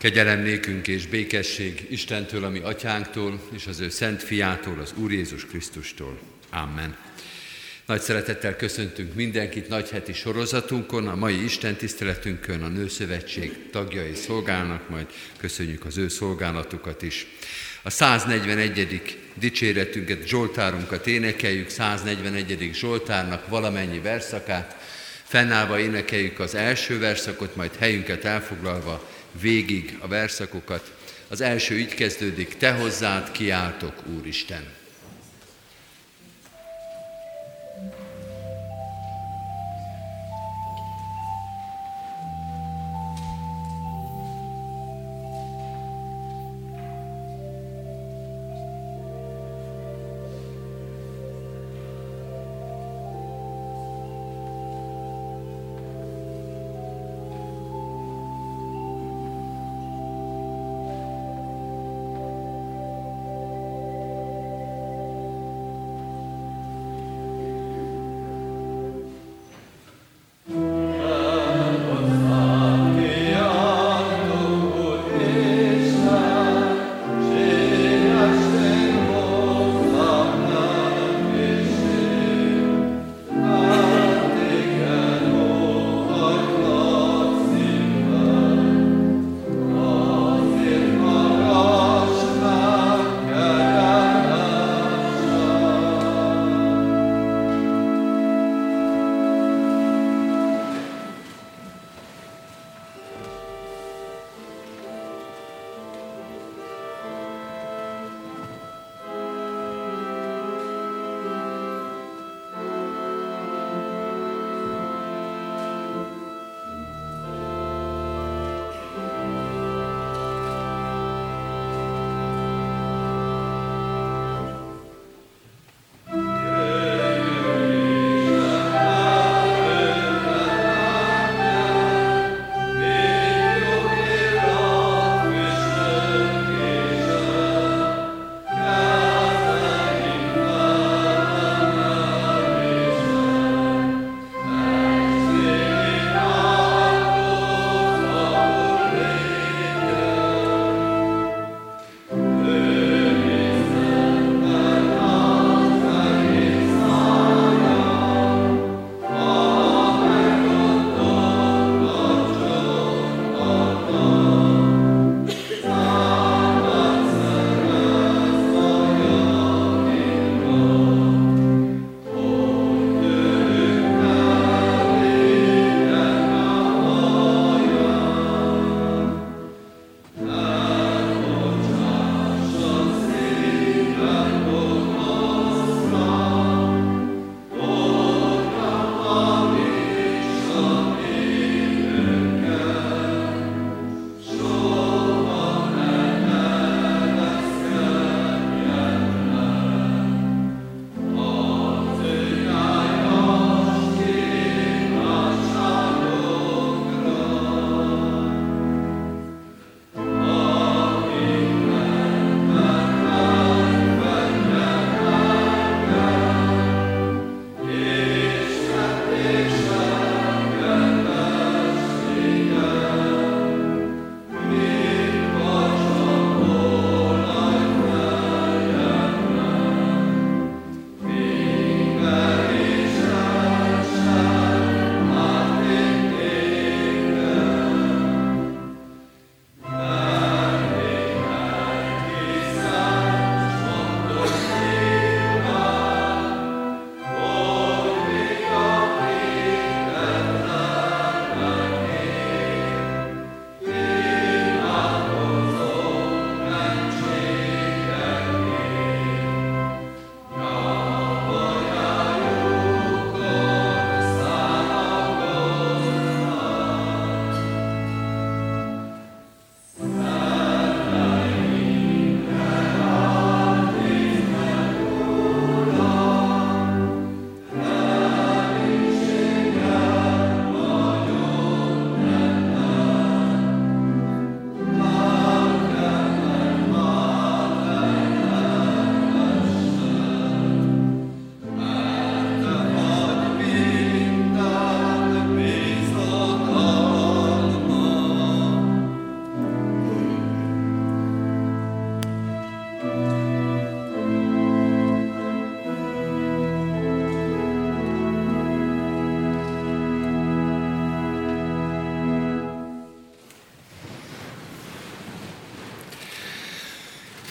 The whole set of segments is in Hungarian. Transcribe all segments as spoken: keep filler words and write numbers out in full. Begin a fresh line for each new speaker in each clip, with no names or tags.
Kegyelem nékünk és békesség Istentől, ami atyánktól, és az ő szent fiától, az Úr Jézus Krisztustól. Amen. Nagy szeretettel köszöntünk mindenkit nagyheti sorozatunkon, a mai Isten tiszteletünkön a Nőszövetség tagjai szolgálnak, majd köszönjük az ő szolgálatukat is. A száznegyvenegyedik dicséretünket, Zsoltárunkat énekeljük, száznegyvenegyedik Zsoltárnak valamennyi verszakát. Fennállva énekeljük az első verszakot, majd helyünket elfoglalva végig a verszakokat. Az első így kezdődik: Te hozzád kiáltok, Úristen!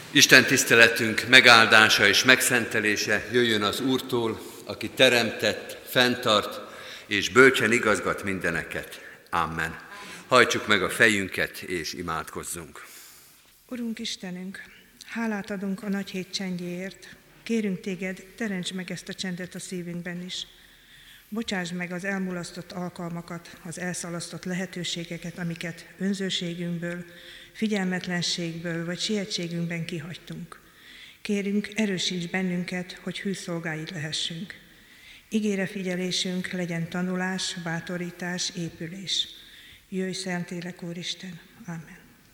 Isten tiszteletünk megáldása és megszentelése jöjjön az Úrtól, aki teremtett, fenntart és bölcsen igazgat mindeneket. Amen. Hajtsuk meg a fejünket és imádkozzunk.
Urunk Istenünk, hálát adunk a nagy hét csendjéért. Kérünk téged, teremts meg ezt a csendet a szívünkben is. Bocsásd meg az elmulasztott alkalmakat, az elszalasztott lehetőségeket, amiket önzőségünkből, figyelmetlenségből vagy sietségünkben kihagytunk. Kérünk, erősíts bennünket, hogy hű szolgáid lehessünk. Igére figyelésünk legyen tanulás, bátorítás, épülés. Jöjj, Szentlélek, Úristen! Amen.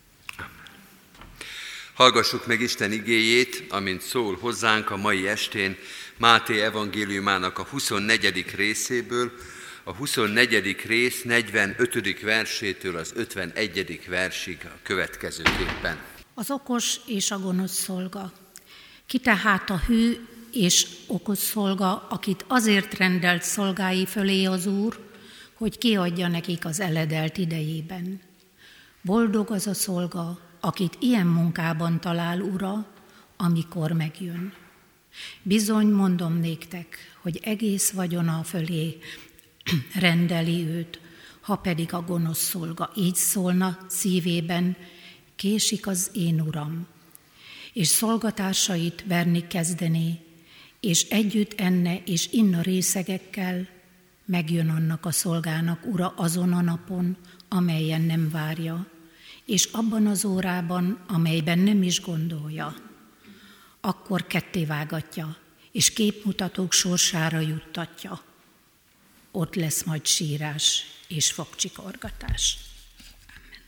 Hallgassuk meg Isten igéjét, amint szól hozzánk a mai estén Máté evangéliumának a huszonnegyedik részéből, a huszonnegyedik rész negyvenötödik versétől az ötvenegyedik versig a következőképpen.
Az okos és a gonosz szolga. Ki tehát a hű és okos szolga, akit azért rendelt szolgái fölé az Úr, hogy kiadja nekik az eledelt idejében. Boldog az a szolga, akit ilyen munkában talál ura, amikor megjön. Bizony mondom néktek, hogy egész vagyona fölé rendeli őt, ha pedig a gonosz szolga így szólna szívében, késik az én uram, és szolgatársait verni kezdené, és együtt enne és inna részegekkel, megjön annak a szolgának ura azon a napon, amelyen nem várja, és abban az órában, amelyben nem is gondolja. Akkor kettévágatja, és képmutatók sorsára juttatja. Ott lesz majd sírás és fogcsikorgatás. Amen.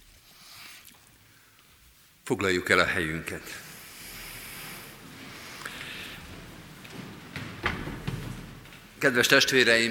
Foglaljuk el a helyünket. Kedves testvéreim,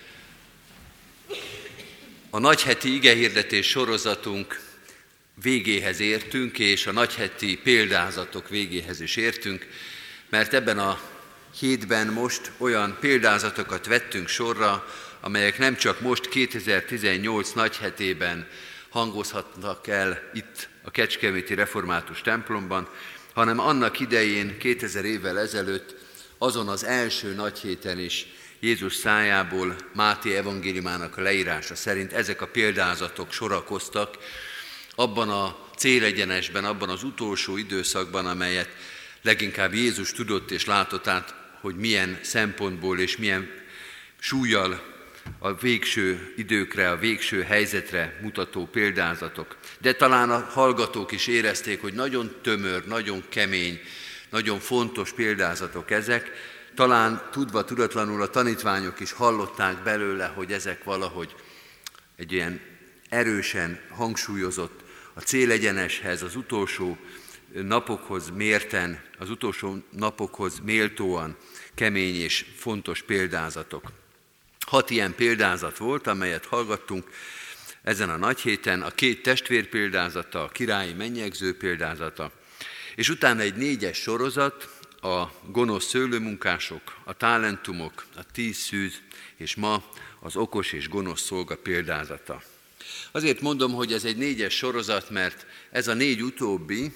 a nagyheti igehirdetés sorozatunk végéhez értünk, és a nagyheti példázatok végéhez is értünk, mert ebben a hétben most olyan példázatokat vettünk sorra, amelyek nem csak most kétezer-tizennyolc nagyhetében hangozhatnak el itt a Kecskeméti Református templomban, hanem annak idején, kétezer évvel ezelőtt, azon az első nagyhéten is Jézus szájából Máté evangéliumának a leírása szerint ezek a példázatok sorakoztak, abban a célegyenesben, abban az utolsó időszakban, amelyet leginkább Jézus tudott és látott át, hogy milyen szempontból és milyen súllyal a végső időkre, a végső helyzetre mutató példázatok. De talán a hallgatók is érezték, hogy nagyon tömör, nagyon kemény, nagyon fontos példázatok ezek. Talán tudva, tudatlanul a tanítványok is hallották belőle, hogy ezek valahogy egy ilyen erősen hangsúlyozott, a célegyeneshez, az utolsó napokhoz mérten, az utolsó napokhoz méltóan kemény és fontos példázatok. Hat ilyen példázat volt, amelyet hallgattunk ezen a nagyhéten, a két testvér példázata, a királyi mennyegző példázata, és utána egy négyes sorozat, a gonosz szőlőmunkások, a talentumok, a tíz szűz, és ma az okos és gonosz szolga példázata. Azért mondom, hogy ez egy négyes sorozat, mert ez a négy utóbbi,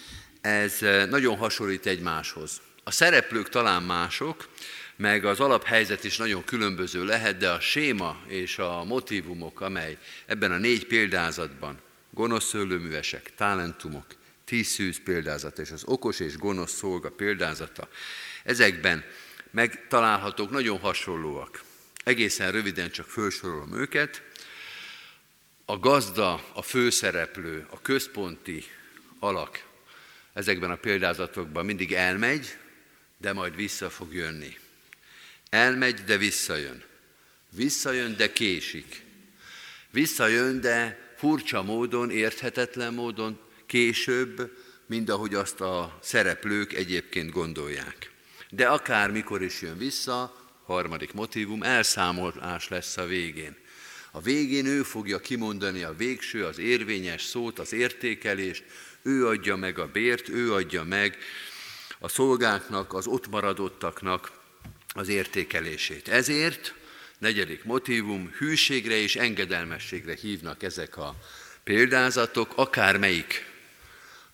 ez nagyon hasonlít egymáshoz. A szereplők talán mások, meg az alaphelyzet is nagyon különböző lehet, de a séma és a motívumok, amely ebben a négy példázatban, gonosz szőlőművesek, talentumok, tíz szűz példázata és az okos és gonosz szolga példázata, ezekben megtalálhatók, nagyon hasonlóak. Egészen röviden csak felsorolom őket. A gazda, a főszereplő, a központi alak ezekben a példázatokban mindig elmegy, de majd vissza fog jönni. Elmegy, de visszajön. Visszajön, de késik. Visszajön, de furcsa módon, érthetetlen módon, később, mint ahogy azt a szereplők egyébként gondolják. De akármikor is jön vissza, harmadik motívum, elszámolás lesz a végén. A végén ő fogja kimondani a végső, az érvényes szót, az értékelést, ő adja meg a bért, ő adja meg a szolgáknak, az ott maradottaknak az értékelését. Ezért, negyedik motívum, hűségre és engedelmességre hívnak ezek a példázatok, akármelyik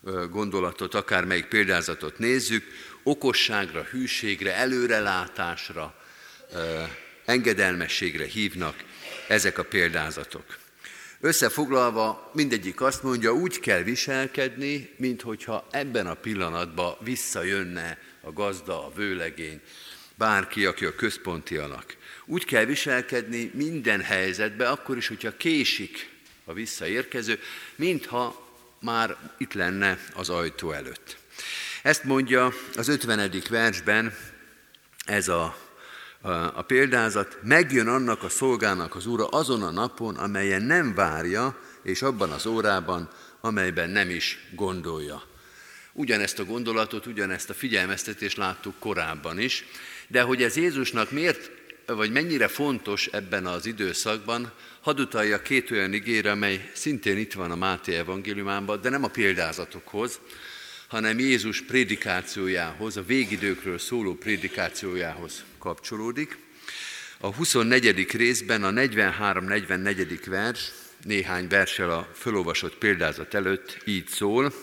gondolatot, akármelyik példázatot nézzük, okosságra, hűségre, előrelátásra, engedelmességre hívnak ezek a példázatok. Összefoglalva mindegyik azt mondja, úgy kell viselkedni, minthogyha ebben a pillanatban visszajönne a gazda, a vőlegény, bárki, aki a központi alak. Úgy kell viselkedni minden helyzetben, akkor is, hogyha késik a visszaérkező, mintha már itt lenne az ajtó előtt. Ezt mondja az ötvenedik versben ez a, a, a példázat, megjön annak a szolgának az ura azon a napon, amelyen nem várja, és abban az órában, amelyben nem is gondolja. Ugyanezt a gondolatot, ugyanezt a figyelmeztetést láttuk korábban is, de hogy ez Jézusnak miért, vagy mennyire fontos ebben az időszakban, hadd utalja két olyan igére, amely szintén itt van a Máté evangéliumában, de nem a példázatokhoz, hanem Jézus prédikációjához, a végidőkről szóló prédikációjához kapcsolódik. A huszonnegyedik részben a negyvenhárom negyvennegyedik vers, néhány verssel a fölolvasott példázat előtt így szól,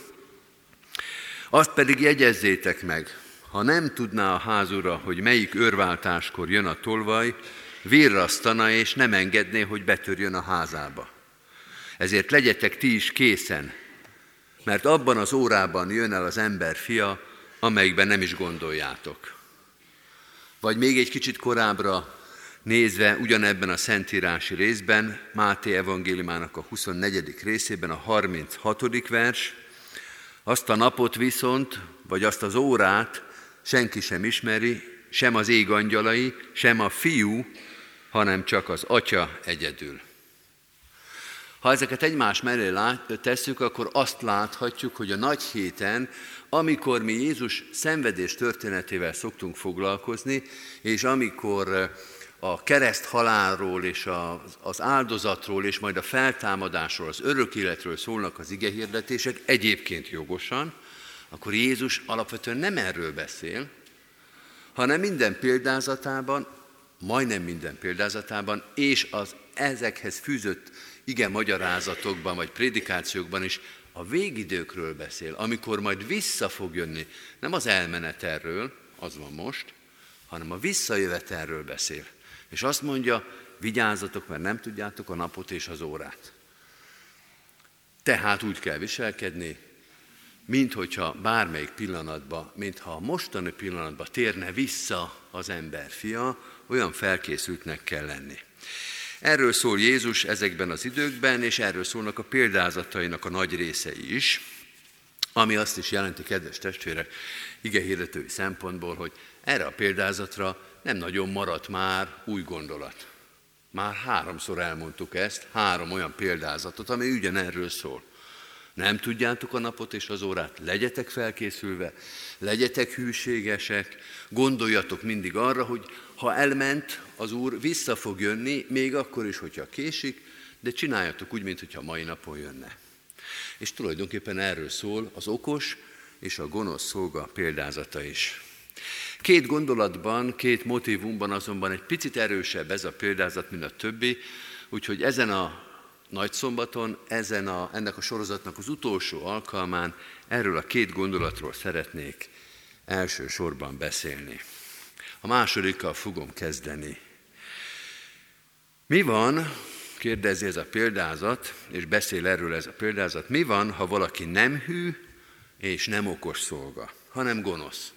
azt pedig jegyezzétek meg, ha nem tudná a házura, hogy melyik őrváltáskor jön a tolvaj, virrasztana és nem engedné, hogy betörjön a házába. Ezért legyetek ti is készen, mert abban az órában jön el az ember fia, amelyikben nem is gondoljátok. Vagy még egy kicsit korábbra nézve, ugyanebben a szentírási részben, Máté evangéliumának a huszonnegyedik részében, a harminchatodik vers, azt a napot viszont, vagy azt az órát senki sem ismeri, sem az ég angyalai, sem a fiú, hanem csak az atya egyedül. Ha ezeket egymás mellé tesszük, akkor azt láthatjuk, hogy a nagy héten, amikor mi Jézus szenvedés történetével szoktunk foglalkozni, és amikor a kereszt halálról és az áldozatról, és majd a feltámadásról, az örök életről szólnak az igehirdetések, egyébként jogosan, akkor Jézus alapvetően nem erről beszél, hanem minden példázatában, majdnem minden példázatában, és az ezekhez fűzött ige magyarázatokban, vagy prédikációkban is a végidőkről beszél, amikor majd vissza fog jönni. Nem az elmeneterről, az van most, hanem a visszajövetelről beszél. És azt mondja, vigyázzatok, mert nem tudjátok a napot és az órát. Tehát úgy kell viselkedni, minthogyha bármelyik pillanatban, mintha a mostani pillanatban térne vissza az ember fia, olyan felkészültnek kell lenni. Erről szól Jézus ezekben az időkben, és erről szólnak a példázatainak a nagy része is, ami azt is jelenti, kedves testvérek, igehirdetői szempontból, hogy erre a példázatra nem nagyon maradt már új gondolat. Már háromszor elmondtuk ezt, három olyan példázatot, ami ugyanerről szól. Nem tudjátok a napot és az órát, legyetek felkészülve, legyetek hűségesek, gondoljatok mindig arra, hogy ha elment az Úr, vissza fog jönni, még akkor is, hogyha késik, de csináljatok úgy, mintha mai napon jönne. És tulajdonképpen erről szól az okos és a gonosz szolga példázata is. Két gondolatban, két motívumban azonban egy picit erősebb ez a példázat, mint a többi, úgyhogy ezen a nagyszombaton, ezen a, ennek a sorozatnak az utolsó alkalmán erről a két gondolatról szeretnék elsősorban beszélni. A másodikkal fogom kezdeni. Mi van, kérdezi ez a példázat, és beszél erről ez a példázat, mi van, ha valaki nem hű és nem okos szolga, hanem gonosz?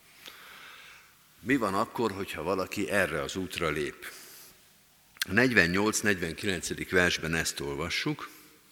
Mi van akkor, hogyha valaki erre az útra lép? A negyvennyolc negyvenkilencedik versben ezt olvassuk.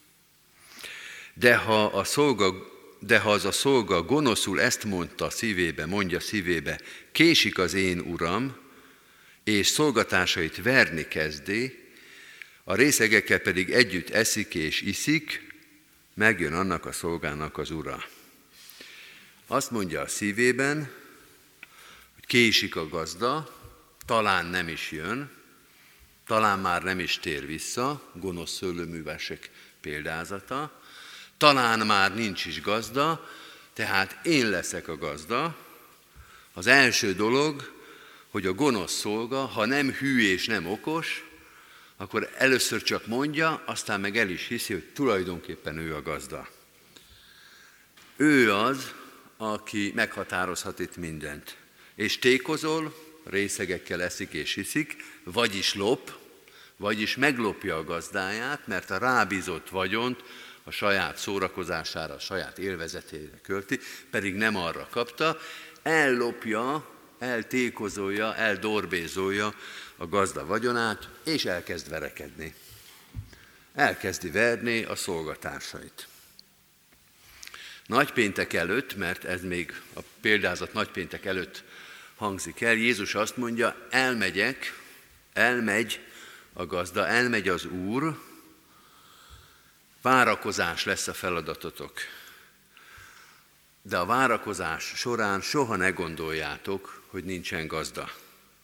De ha, a szolga, de ha az a szolga gonoszul ezt mondta szívébe, mondja szívébe, késik az én uram, és szolgatásait verni kezdi, a részegekkel pedig együtt eszik és iszik, megjön annak a szolgának az ura. Azt mondja a szívében, hogy késik a gazda, talán nem is jön, talán már nem is tér vissza, gonosz szőlőművesek példázata, talán már nincs is gazda, tehát én leszek a gazda. Az első dolog, hogy a gonosz szolga, ha nem hű és nem okos, akkor először csak mondja, aztán meg el is hiszi, hogy tulajdonképpen ő a gazda. Ő az, aki meghatározhat itt mindent. És tékozol, részegekkel eszik és iszik, vagyis lop, vagyis meglopja a gazdáját, mert a rábízott vagyont a saját szórakozására, a saját élvezetére költi, pedig nem arra kapta, ellopja, eltékozolja, eldorbézolja a gazda vagyonát, és elkezd verekedni. Elkezdi verni a szolgatársait. Nagypéntek előtt, mert ez még a példázat nagypéntek előtt hangzik el, Jézus azt mondja, elmegyek, elmegy a gazda, elmegy az Úr, várakozás lesz a feladatotok. De a várakozás során soha ne gondoljátok, hogy nincsen gazda.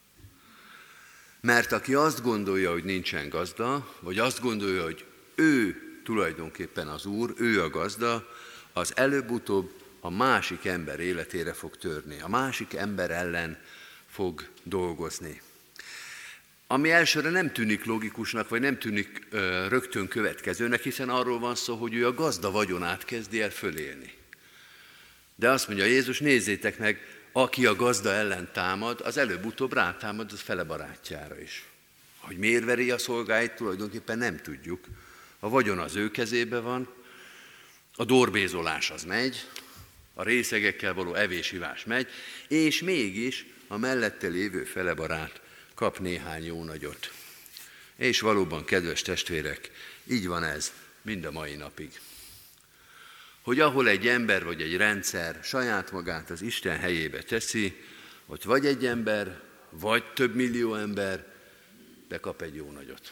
Mert aki azt gondolja, hogy nincsen gazda, vagy azt gondolja, hogy ő tulajdonképpen az Úr, ő a gazda, az előbb-utóbb a másik ember életére fog törni, a másik ember ellen fog dolgozni. Ami elsőre nem tűnik logikusnak, vagy nem tűnik ö, rögtön következőnek, hiszen arról van szó, hogy ő a gazda vagyonát kezdi el fölélni. De azt mondja Jézus, nézzétek meg, aki a gazda ellen támad, az előbb-utóbb rátámad az fele barátjára is. Hogy miért veri a szolgáit, tulajdonképpen nem tudjuk. A vagyon az ő kezébe van, a dorbézolás az megy, a részegekkel való evés-ivás megy, és mégis a mellette lévő fele barát kap néhány jó nagyot. És valóban, kedves testvérek, így van ez mind a mai napig. Hogy ahol egy ember vagy egy rendszer saját magát az Isten helyébe teszi, ott vagy egy ember, vagy több millió ember, de kap egy jó nagyot.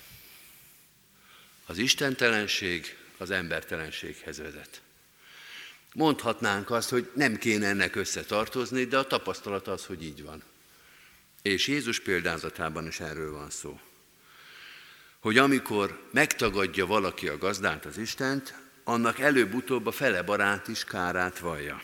Az istentelenség az embertelenséghez vezet. Mondhatnánk azt, hogy nem kéne ennek összetartozni, de a tapasztalat az, hogy így van. És Jézus példázatában is erről van szó. Hogy amikor megtagadja valaki a gazdát, az Istent, annak előbb-utóbb a fele barát is kárát vallja.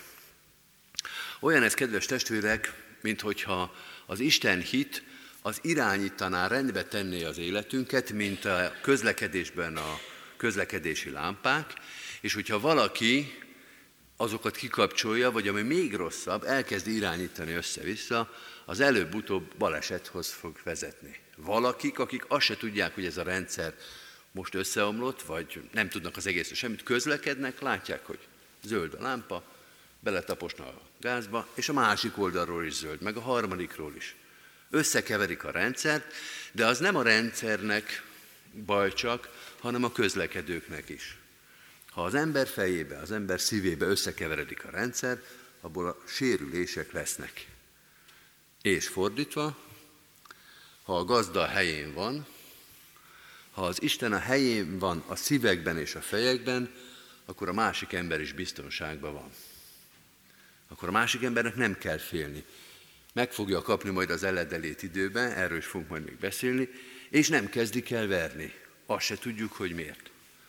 Olyan ez, kedves testvérek, minthogyha az Isten hit az irányítaná, rendbe tenné az életünket, mint a közlekedésben a közlekedési lámpák, és hogyha valaki azokat kikapcsolja, vagy ami még rosszabb, elkezd irányítani össze-vissza, az előbb-utóbb balesethoz fog vezetni. Valakik, akik azt se tudják, hogy ez a rendszer most összeomlott, vagy nem tudnak az egészről semmit, közlekednek, látják, hogy zöld a lámpa, beletaposna a gázba, és a másik oldalról is zöld, meg a harmadikról is. Összekeverik a rendszert, de az nem a rendszernek baj csak, hanem a közlekedőknek is. Ha az ember fejébe, az ember szívébe összekeveredik a rendszer, abból a sérülések lesznek. És fordítva, ha a gazda a helyén van, ha az Isten a helyén van a szívekben és a fejekben, akkor a másik ember is biztonságban van. Akkor a másik embernek nem kell félni. Meg fogja kapni majd az eledelét időben, erről is fogunk majd még beszélni, és nem kezdik el verni. Azt se tudjuk, hogy miért.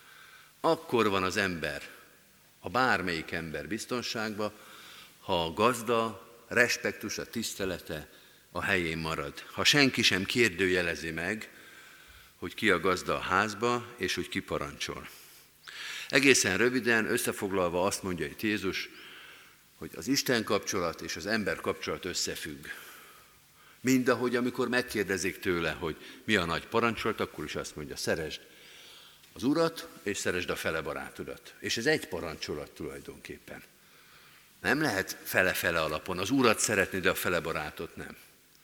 Akkor van az ember, a bármelyik ember biztonságban, ha a gazda, respektusa, tisztelete a helyén marad. Ha senki sem kérdőjelezi meg, hogy ki a gazda a házba, és hogy ki parancsol. Egészen röviden összefoglalva azt mondja itt Jézus, hogy az Isten kapcsolat és az ember kapcsolat összefügg. Mindahogy, amikor megkérdezik tőle, hogy mi a nagy parancsolat, akkor is azt mondja, szeresd az Urat, és szeresd a fele barátodat. És ez egy parancsolat tulajdonképpen. Nem lehet fele-fele alapon. Az Urat szeretni, de a fele barátot nem.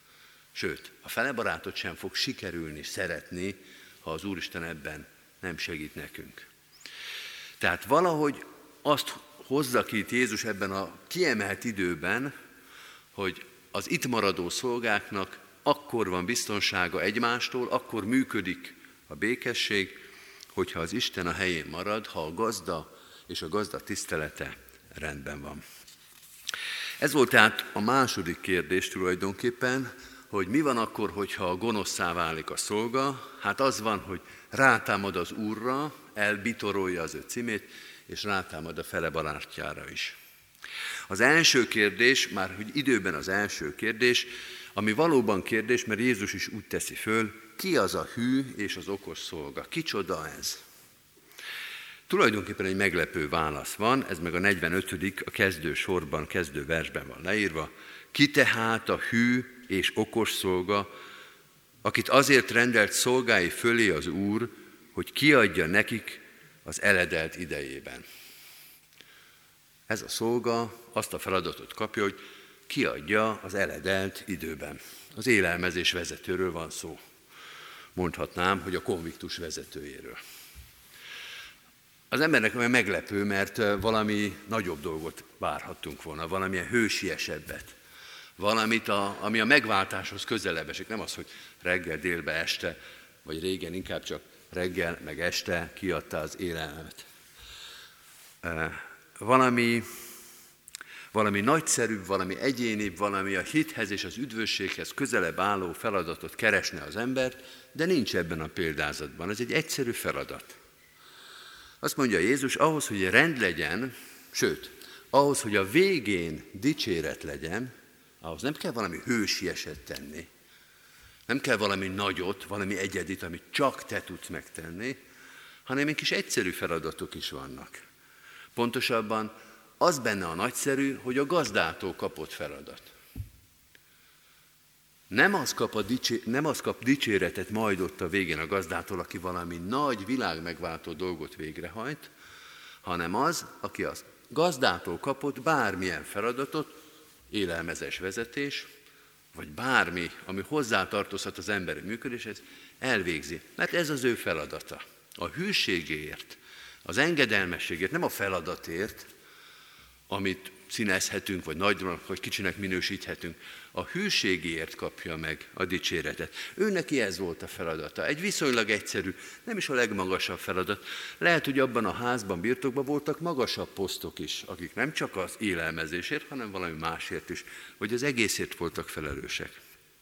Sőt, a fele barátot sem fog sikerülni szeretni, ha az Úristen ebben nem segít nekünk. Tehát valahogy azt hozza ki itt Jézus ebben a kiemelt időben, hogy az itt maradó szolgáknak akkor van biztonsága egymástól, akkor működik a békesség, hogyha az Isten a helyén marad, ha a gazda és a gazda tisztelete rendben van. Ez volt tehát a második kérdés tulajdonképpen, hogy mi van akkor, hogyha a gonoszszá válik a szolga. Hát az van, hogy rátámad az Úrra, elbitorolja az ő címét, és rátámad a fele barátjára is. Az első kérdés, már hogy időben az első kérdés, ami valóban kérdés, mert Jézus is úgy teszi föl, ki az a hű és az okos szolga? Kicsoda ez? Tulajdonképpen egy meglepő válasz van, ez meg a negyvenötödik a kezdő sorban, kezdő versben van leírva. Ki tehát a hű és okos szolga, akit azért rendelt szolgái fölé az Úr, hogy kiadja nekik az eledelt idejében. Ez a szolga azt a feladatot kapja, hogy kiadja az eledelt időben. Az élelmezés vezetőről van szó. Mondhatnám, hogy a konviktus vezetőjéről. Az embernek olyan meglepő, mert valami nagyobb dolgot várhattunk volna, valamilyen hősiesebbet. Valamit, a, ami a megváltáshoz közelebb esik. Nem az, hogy reggel, délbe, este, vagy régen inkább csak reggel, meg este kiadta az élelmet. Valami, valami nagyszerűbb, valami egyénibb, valami a hithez és az üdvösséghez közelebb álló feladatot keresne az embert, de nincs ebben a példázatban. Ez egy egyszerű feladat. Azt mondja Jézus, ahhoz, hogy rend legyen, sőt, ahhoz, hogy a végén dicséret legyen, ahhoz nem kell valami hősieset tenni, nem kell valami nagyot, valami egyedit, amit csak te tudsz megtenni, hanem egy kis egyszerű feladatok is vannak. Pontosabban az benne a nagyszerű, hogy a gazdától kapott feladat. Nem az kap, a dicsé- nem az kap dicséretet majd ott a végén a gazdától, aki valami nagy világmegváltó dolgot végrehajt, hanem az, aki a gazdától kapott bármilyen feladatot, élelmezés vezetés, vagy bármi, ami hozzátartozhat az emberi működéshez, elvégzi. Mert ez az ő feladata. A hűségért, az engedelmességért, nem a feladatért, amit színezhetünk, vagy nagyra, vagy kicsinek minősíthetünk, a hűségért kapja meg a dicséretet. Ő neki ez volt a feladata. Egy viszonylag egyszerű, nem is a legmagasabb feladat. Lehet, hogy abban a házban, birtokban voltak magasabb posztok is, akik nem csak az élelmezésért, hanem valami másért is, vagy az egészért voltak felelősek.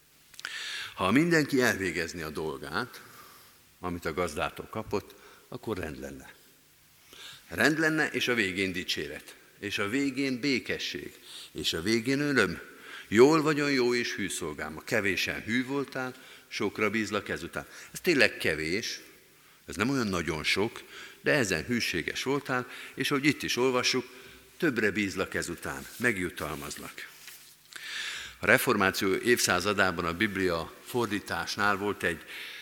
Ha mindenki elvégezni a dolgát, amit a gazdától kapott, akkor rend lenne. Rend lenne, és a végén dicséret. És a végén békesség, és a végén öröm. Jól vagyon jó és hű szolgám. A kevésen hű voltál, sokra bízlak ezután. Ez tényleg kevés, ez nem olyan nagyon sok, de ezen hűséges voltál, és ahogy itt is olvassuk, többre bízlak ezután, megjutalmazlak. A reformáció évszázadában a Biblia fordításnál volt egy,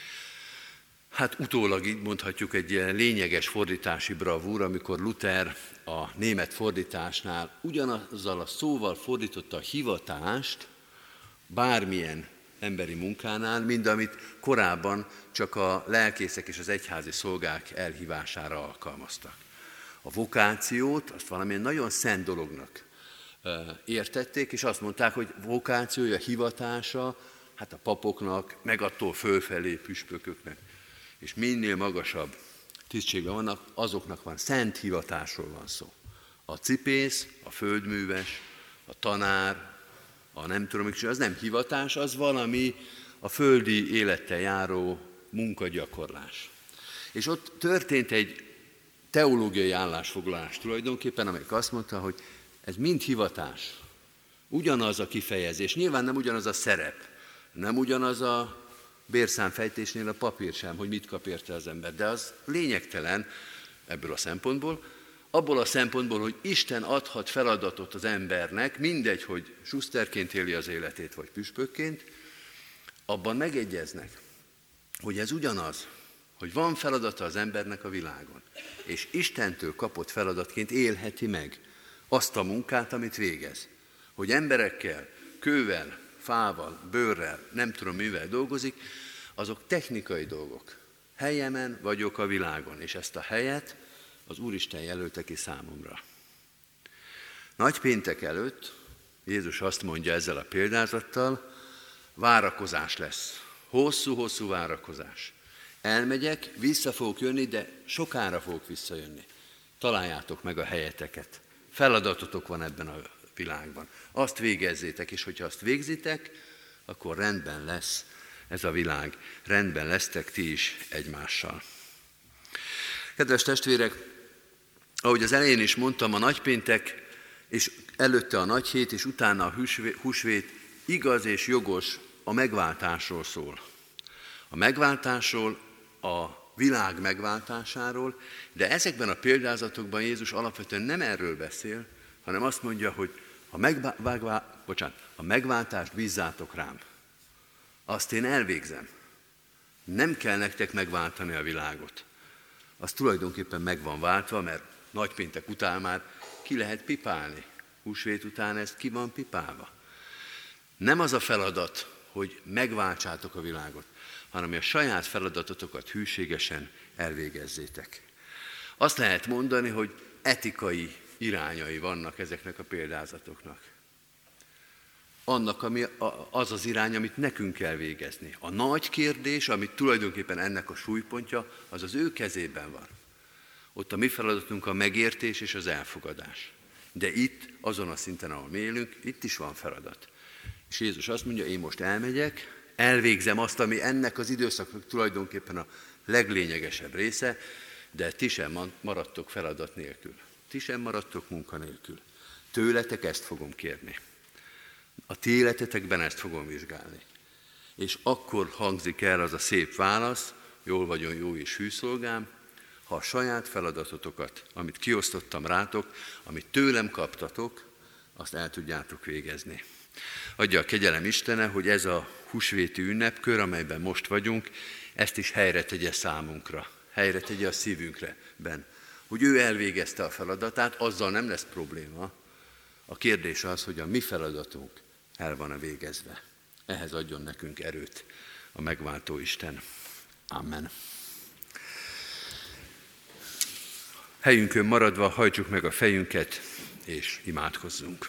hát utólag így mondhatjuk, egy lényeges fordítási bravúr, amikor Luther a német fordításnál ugyanazzal a szóval fordította a hivatást bármilyen emberi munkánál, mint amit korábban csak a lelkészek és az egyházi szolgák elhívására alkalmaztak. A vokációt azt valamilyen nagyon szent dolognak értették, és azt mondták, hogy vokációja, hivatása, hát a papoknak, meg attól fölfelé püspököknek, és minél magasabb tisztségben vannak, azoknak van, szent hivatásról van szó. A cipész, a földműves, a tanár, a nem tudom, az nem hivatás, az valami a földi élettel járó munkagyakorlás. És ott történt egy teológiai állásfoglalás tulajdonképpen, amelyik azt mondta, hogy ez mind hivatás, ugyanaz a kifejezés, nyilván nem ugyanaz a szerep, nem ugyanaz a bérszámfejtésnél a papír sem, hogy mit kap érte az ember, de az lényegtelen ebből a szempontból, abból a szempontból, hogy Isten adhat feladatot az embernek, mindegy, hogy suszterként éli az életét, vagy püspökként, abban megegyeznek, hogy ez ugyanaz, hogy van feladata az embernek a világon, és Istentől kapott feladatként élheti meg azt a munkát, amit végez. Hogy emberekkel, kővel, fával, bőrrel, nem tudom mivel dolgozik, azok technikai dolgok. Helyemen vagyok a világon, és ezt a helyet az Úristen jelölte ki számomra. Nagypéntek előtt Jézus azt mondja ezzel a példázattal, várakozás lesz. Hosszú-hosszú várakozás. Elmegyek, vissza fogok jönni, de sokára fogok visszajönni. Találjátok meg a helyeteket. Feladatotok van ebben a világban. Azt végezzétek, és hogyha azt végzitek, akkor rendben lesz ez a világ. Rendben lesztek ti is egymással. Kedves testvérek, ahogy az elején is mondtam, a nagypéntek, és előtte a nagyhét, és utána a húsvét igaz és jogos a megváltásról szól. A megváltásról, a világ megváltásáról, de ezekben a példázatokban Jézus alapvetően nem erről beszél, hanem azt mondja, hogy a, megvá- bocsánat, a megváltást bízzátok rám. Azt én elvégzem. Nem kell nektek megváltani a világot. Az tulajdonképpen meg van váltva, mert nagypéntek után már ki lehet pipálni. Húsvét után ez ki van pipálva. Nem az a feladat, hogy megváltsátok a világot, hanem hogy a saját feladatotokat hűségesen elvégezzétek. Azt lehet mondani, hogy etikai irányai vannak ezeknek a példázatoknak. Annak, ami az az irány, amit nekünk kell végezni. A nagy kérdés, amit tulajdonképpen ennek a súlypontja, az az ő kezében van. Ott a mi feladatunk a megértés és az elfogadás. De itt, azon a szinten, ahol mi élünk, itt is van feladat. És Jézus azt mondja, én most elmegyek, elvégzem azt, ami ennek az időszaknak tulajdonképpen a leglényegesebb része, de ti sem maradtok feladat nélkül. Ti sem maradtok munka nélkül. Tőletek ezt fogom kérni. A ti életetekben ezt fogom vizsgálni. És akkor hangzik el az a szép válasz, jól vagyon jó és hű szolgám, ha a saját feladatotokat, amit kiosztottam rátok, amit tőlem kaptatok, azt el tudjátok végezni. Adja a kegyelem Istene, hogy ez a húsvéti ünnepkör, amelyben most vagyunk, ezt is helyre tegye számunkra, helyre tegye a szívünkben, hogy ő elvégezte a feladatát, azzal nem lesz probléma. A kérdés az, hogy a mi feladatunk el van-e végezve. Ehhez adjon nekünk erőt a megváltó Isten. Amen. Helyünkön maradva hajtsuk meg a fejünket, és imádkozzunk.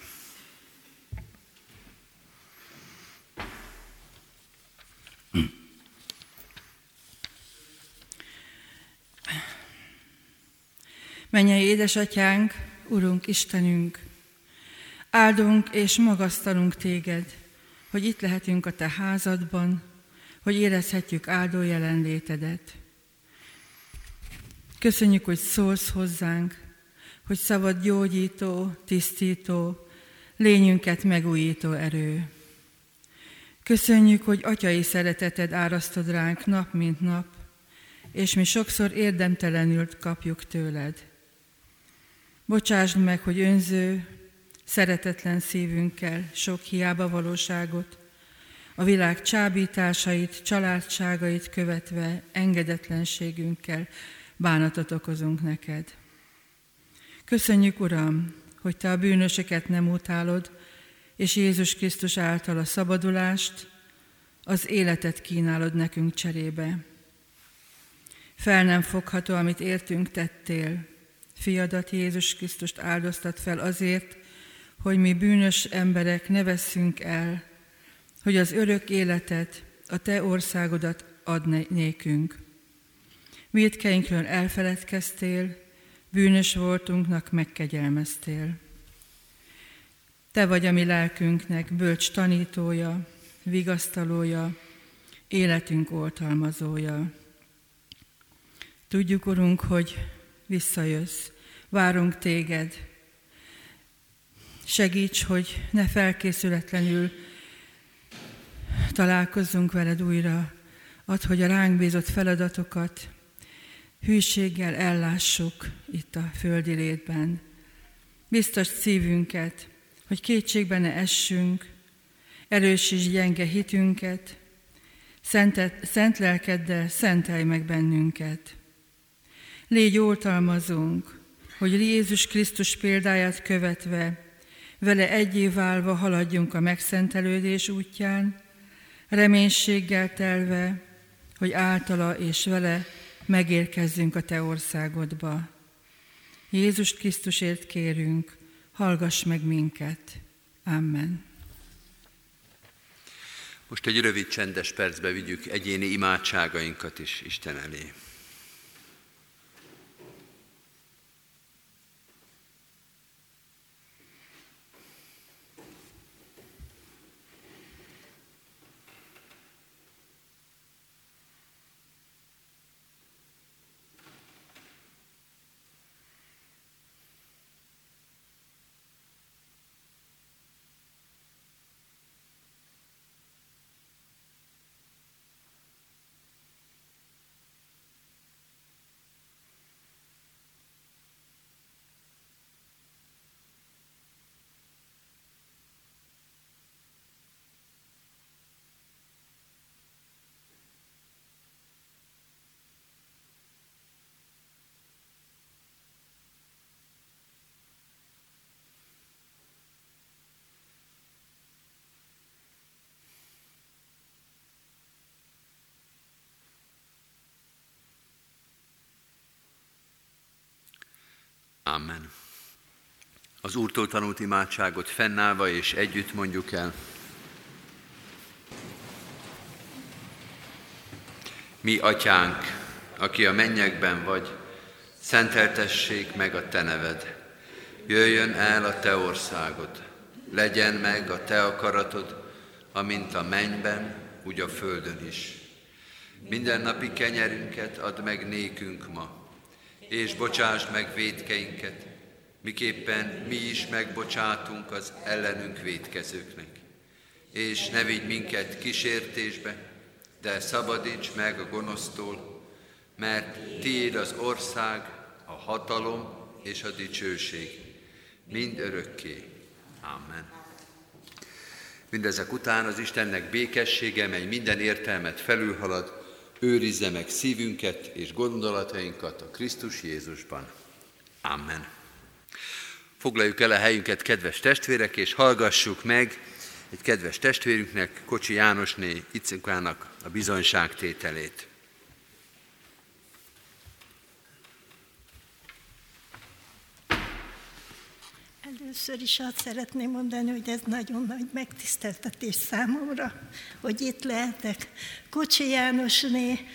Mennyei édesatyánk, Urunk, Istenünk, áldunk és magasztalunk téged, hogy itt lehetünk a te házadban, hogy érezhetjük áldó jelenlétedet. Köszönjük, hogy szólsz hozzánk, hogy szavad gyógyító, tisztító, lényünket megújító erő. Köszönjük, hogy atyai szereteted árasztod ránk nap mint nap, és mi sokszor érdemtelenül kapjuk tőled. Bocsásd meg, hogy önző, szeretetlen szívünkkel sok hiába valóságot, a világ csábításait, családságait követve engedetlenségünkkel bánatot okozunk neked. Köszönjük, Uram, hogy te a bűnösöket nem utálod, és Jézus Krisztus által a szabadulást, az életet kínálod nekünk cserébe. Fel nem fogható, amit értünk tettél. Fiadat, Jézus Krisztust áldoztat fel azért, hogy mi bűnös emberek ne vesszünk el, hogy az örök életet, a te országodat ad nékünk. Vétkeinkről elfeledkeztél, bűnös voltunknak megkegyelmeztél. Te vagy a mi lelkünknek bölcs tanítója, vigasztalója, életünk oltalmazója. Tudjuk, Urunk, hogy visszajössz, várunk téged. Segíts, hogy ne felkészületlenül találkozzunk veled újra. Add, hogy a ránk bízott feladatokat hűséggel ellássuk itt a földi létben. Biztos szívünket, hogy kétségbe ne essünk, erősíts gyenge hitünket, szentet, szent lelkeddel szentelj meg bennünket. Légy oltalmazónk, hogy Jézus Krisztus példáját követve, vele egyé válva haladjunk a megszentelődés útján, reménységgel telve, hogy általa és vele megérkezzünk a te országodba. Jézus Krisztusért kérünk, hallgass meg minket. Amen.
Most egy rövid csendes percbe vigyük egyéni imádságainkat is Isten elé. Amen. Az Úrtól tanult imádságot fennállva és együtt mondjuk el. Mi atyánk, aki a mennyekben vagy, szenteltessék meg a te neved. Jöjjön el a te országod, legyen meg a te akaratod, amint a mennyben, úgy a földön is. Mindennapi kenyerünket add meg nékünk ma, és bocsásd meg vétkeinket, miképpen mi is megbocsátunk az ellenünk vétkezőknek. És ne vigy minket kísértésbe, de szabadíts meg a gonosztól, mert tiéd az ország, a hatalom és a dicsőség, mind örökké. Amen. Mindezek után az Istennek békessége, mely minden értelmet felülhalad, őrizze meg szívünket és gondolatainkat a Krisztus Jézusban. Amen. Foglaljuk el a helyünket, kedves testvérek, és hallgassuk meg egy kedves testvérünknek, Kocsi Jánosné Icinkának a bizonyságtételét.
Először is azt szeretném mondani, hogy ez nagyon nagy megtiszteltetés számomra, hogy itt lehetek. Kocsi Jánosné,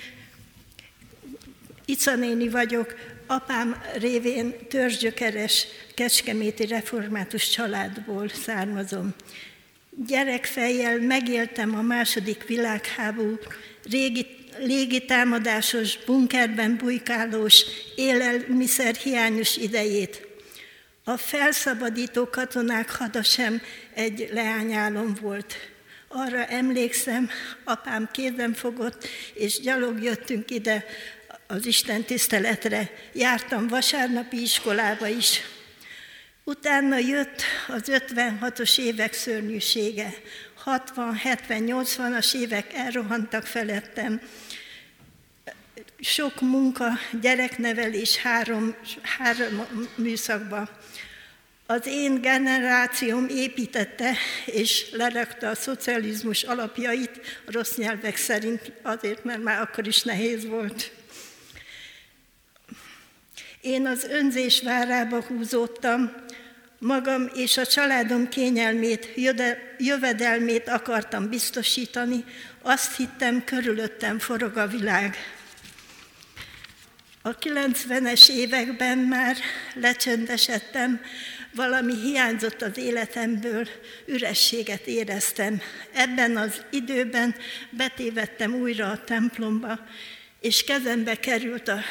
Ica néni vagyok, apám révén törzsgyökeres kecskeméti református családból származom. Gyerekfejjel megéltem a második világháború régi légitámadásos, bunkerben bujkálós, élelmiszerhiányos idejét. A felszabadító katonák hada sem egy leányálom volt. Arra emlékszem, apám kézen fogott, és gyalog jöttünk ide az Isten tiszteletre. Jártam vasárnapi iskolába is. Utána jött az ötvenhatos évek szörnyűsége. hatvan, hetven, nyolcvanas évek elrohantak felettem. Sok munka, gyereknevelés három, három műszakba. Az én generációm építette és lerakta a szocializmus alapjait, a rossz nyelvek szerint, azért, mert már akkor is nehéz volt. Én az önzés várába húzódtam, magam és a családom kényelmét, jövedelmét akartam biztosítani, azt hittem, körülöttem forog a világ. A kilencvenes években már lecsendesedtem, valami hiányzott az életemből, ürességet éreztem. Ebben az időben betévedtem újra a templomba, és kezembe került a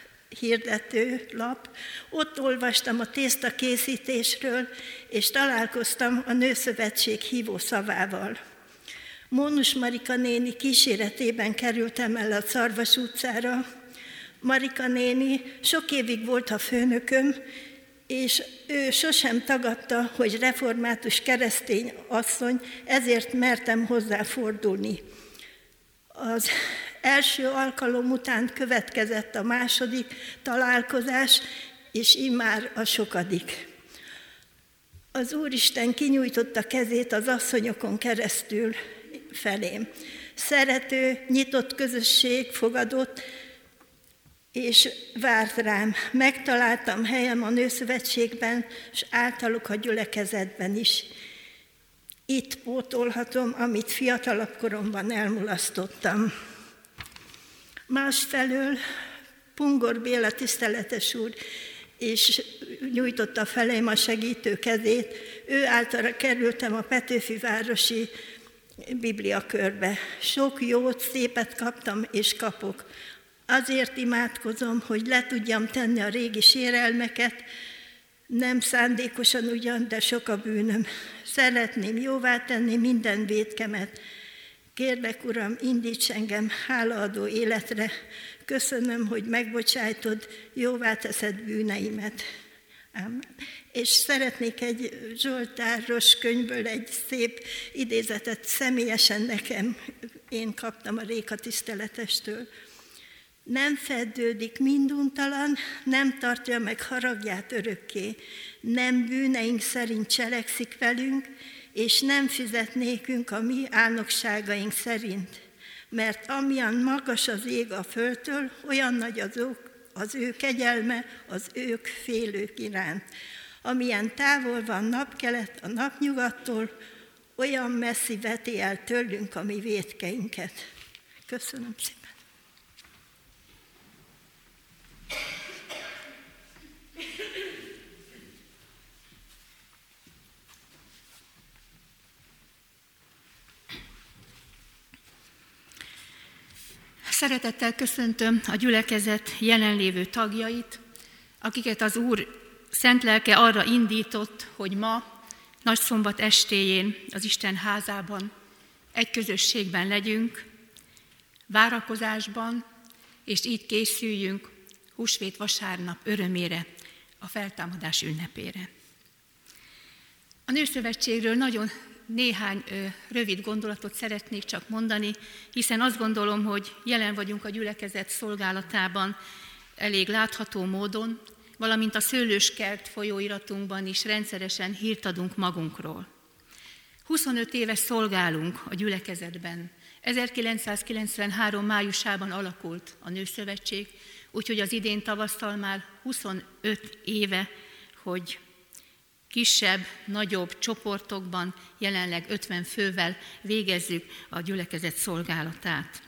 hirdetőlap. Ott olvastam a tészta készítésről, és találkoztam a Nőszövetség hívó szavával. Mónus Marika néni kíséretében kerültem el a Szarvas utcára. Marika néni sok évig volt a főnököm, és ő sosem tagadta, hogy református keresztény asszony, ezért mertem hozzá fordulni. Az első alkalom után következett a második találkozás, és immár a sokadik. Az Úristen kinyújtotta kezét az asszonyokon keresztül felém. Szerető, nyitott közösség fogadott, és várt rám. Megtaláltam helyem a Nőszövetségben, és általuk a gyülekezetben is. Itt pótolhatom, amit fiatalabb koromban elmulasztottam. Másfelől Pungor Béla tiszteletes úr, és nyújtotta felém a segítő kezét. Ő általa kerültem a Petőfivárosi bibliakörbe. Sok jót, szépet kaptam és kapok. Azért imádkozom, hogy le tudjam tenni a régi sérelmeket, nem szándékosan ugyan, de sok a bűnöm. Szeretném jóvá tenni minden vétkemet. Kérlek, Uram, indíts engem hálaadó életre. Köszönöm, hogy megbocsájtod, jóvá teszed bűneimet. Amen. És szeretnék egy Zsoltáros könyvből egy szép idézetet személyesen nekem. Én kaptam a Réka tiszteletestől. Nem feddődik minduntalan, nem tartja meg haragját örökké, nem bűneink szerint cselekszik velünk, és nem fizet nékünk a mi álnokságaink szerint. Mert amilyen magas az ég a földtől, olyan nagy az az ő kegyelme az ők félők iránt. Amilyen távol van napkelet a napnyugattól, olyan messzi veti el tőlünk a mi vétkeinket. Köszönöm szépen.
Szeretettel köszöntöm a gyülekezet jelenlévő tagjait, akiket az Úr szent lelke arra indított, hogy ma, nagyszombat estéjén az Isten házában egy közösségben legyünk, várakozásban, és így készüljünk húsvét vasárnap örömére, a feltámadás ünnepére. A Nőszövetségről nagyon néhány ö, rövid gondolatot szeretnék csak mondani, hiszen azt gondolom, hogy jelen vagyunk a gyülekezet szolgálatában elég látható módon, valamint a Szőlőskert folyóiratunkban is rendszeresen hírt adunk magunkról. huszonöt éve szolgálunk a gyülekezetben. ezerkilencszázkilencvenhárom májusában alakult a Nőszövetség, úgyhogy az idén tavasszal már huszonöt éve, hogy kisebb, nagyobb csoportokban, jelenleg ötven fővel végezzük a gyülekezet szolgálatát.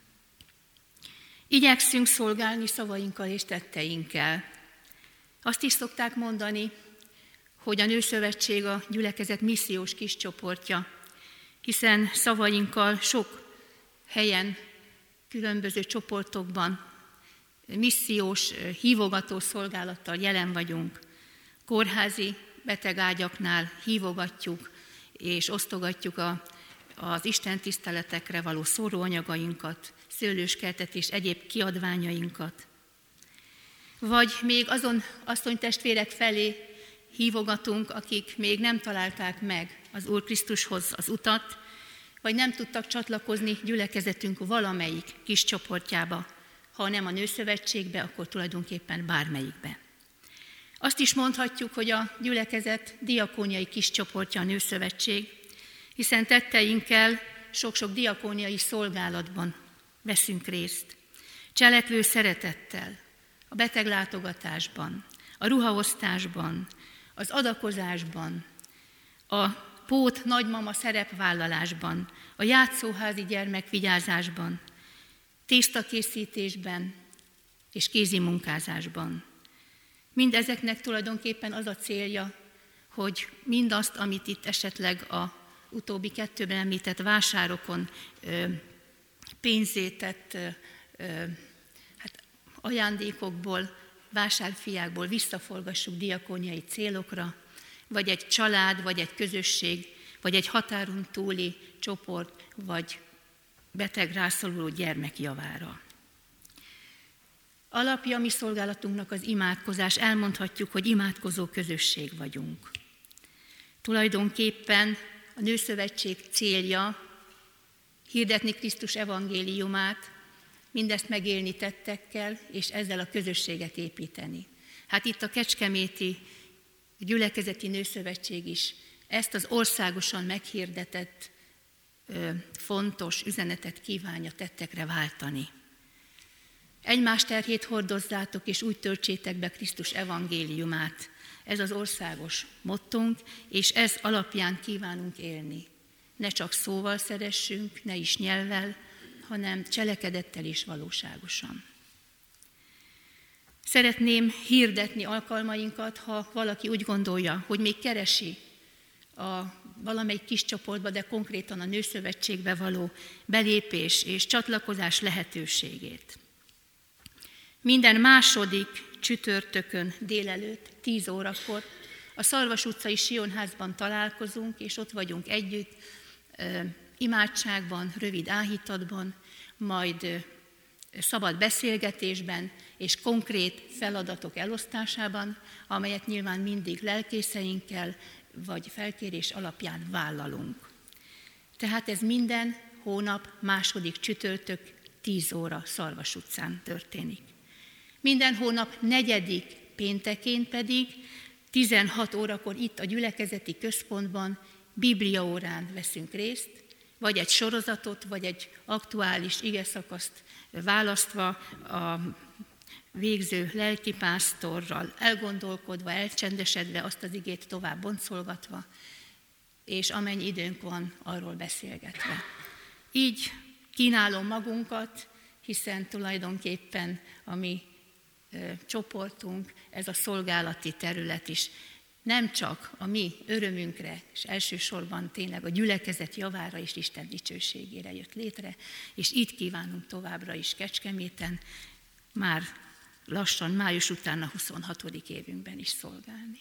Igyekszünk szolgálni szavainkkal és tetteinkkel. Azt is szokták mondani, hogy a Nőszövetség a gyülekezet missziós kis csoportja, hiszen szavainkkal sok helyen, különböző csoportokban missziós, hívogató szolgálattal jelen vagyunk. Kórházi betegágyaknál hívogatjuk és osztogatjuk a, az istentiszteletekre való szóróanyagainkat, szőlőskertet és egyéb kiadványainkat. Vagy még azon asszonytestvérek felé hívogatunk, akik még nem találták meg az Úr Krisztushoz az utat, vagy nem tudtak csatlakozni gyülekezetünk valamelyik kis csoportjába, ha nem a Nőszövetségbe, akkor tulajdonképpen bármelyikbe. Azt is mondhatjuk, hogy a gyülekezet diakóniai kis csoportja a Nőszövetség, hiszen tetteinkkel sok-sok diakóniai szolgálatban veszünk részt. Cselekvő szeretettel, a beteglátogatásban, a ruhaosztásban, az adakozásban, a pót nagymama szerepvállalásban, a játszóházi gyermekvigyázásban, tésztakészítésben és kézimunkázásban. Mindezeknek tulajdonképpen az a célja, hogy mindazt, amit itt esetleg a utóbbi kettőben említett vásárokon ö, pénzétett ö, hát ajándékokból, vásárfiákból visszaforgassuk diakóniai célokra, vagy egy család, vagy egy közösség, vagy egy határon túli csoport, vagy beteg rászoruló gyermek javára. Alapja mi szolgálatunknak az imádkozás, elmondhatjuk, hogy imádkozó közösség vagyunk. Tulajdonképpen a Nőszövetség célja hirdetni Krisztus evangéliumát, mindezt megélni tettekkel, és ezzel a közösséget építeni. Hát itt a Kecskeméti Gyülekezeti Nőszövetség is ezt az országosan meghirdetett fontos üzenetet kívánja tettekre váltani. Egymás terhét hordozzátok, és úgy töltsétek be Krisztus evangéliumát. Ez az országos mottónk, és ez alapján kívánunk élni. Ne csak szóval szeressünk, ne is nyelvvel, hanem cselekedettel és valóságosan. Szeretném hirdetni alkalmainkat, ha valaki úgy gondolja, hogy még keresi a valamelyik kis csoportba, de konkrétan a Nőszövetségbe való belépés és csatlakozás lehetőségét. Minden második csütörtökön délelőtt, tíz órakor a Szarvas utcai Sionházban találkozunk, és ott vagyunk együtt, imádságban, rövid áhítatban, majd szabad beszélgetésben és konkrét feladatok elosztásában, amelyet nyilván mindig lelkészeinkkel vagy felkérés alapján vállalunk. Tehát ez minden hónap második csütörtök tíz óra Szarvas utcán történik. Minden hónap negyedik péntekén pedig tizenhat órakor itt a gyülekezeti központban bibliaórán veszünk részt, vagy egy sorozatot, vagy egy aktuális igeszakaszt választva a végző lelkipásztorral elgondolkodva, elcsendesedve, azt az igét tovább boncolgatva, és amennyi időnk van, arról beszélgetve. Így kínálom magunkat, hiszen tulajdonképpen a mi ö, csoportunk, ez a szolgálati terület is nem csak a mi örömünkre, és elsősorban tényleg a gyülekezet javára és Isten dicsőségére jött létre, és itt kívánunk továbbra is Kecskeméten, már lassan május után a huszonhatodik évünkben is szolgálni.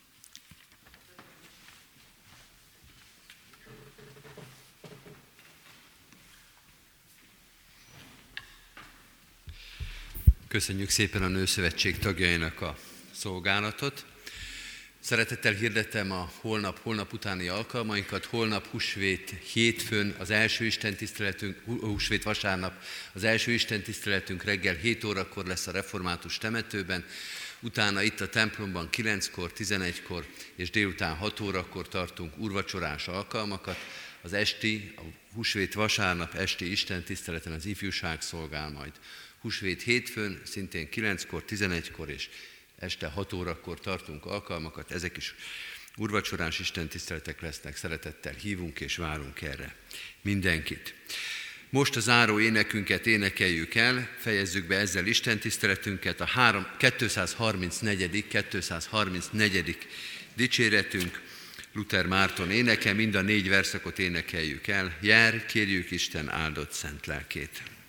Köszönjük szépen a Nőszövetség tagjainak a szolgálatot. Szeretettel hirdetem a holnap, holnap utáni alkalmainkat. Holnap húsvét hétfőn az első istentiszteletünk, húsvét vasárnap az első istentiszteletünk reggel hét órakor lesz a református temetőben, utána itt a templomban kilenckor, tizenegykor és délután hat órakor tartunk úrvacsorás alkalmakat. Az esti, a húsvét vasárnap esti istentiszteleten az ifjúság szolgál majd. Húsvét hétfőn szintén kilenckor, tizenegykor és este hat órakor tartunk alkalmakat, ezek is úrvacsorás istentiszteletek lesznek, szeretettel hívunk és várunk erre mindenkit. Most a záró énekünket énekeljük el, fejezzük be ezzel istentiszteletünket, a kétszázharmincnegyedik kétszázharmincnegyedik dicséretünk, Luther Márton éneke, mind a négy verszakot énekeljük el. Jár, kérjük Isten áldott szent lelkét.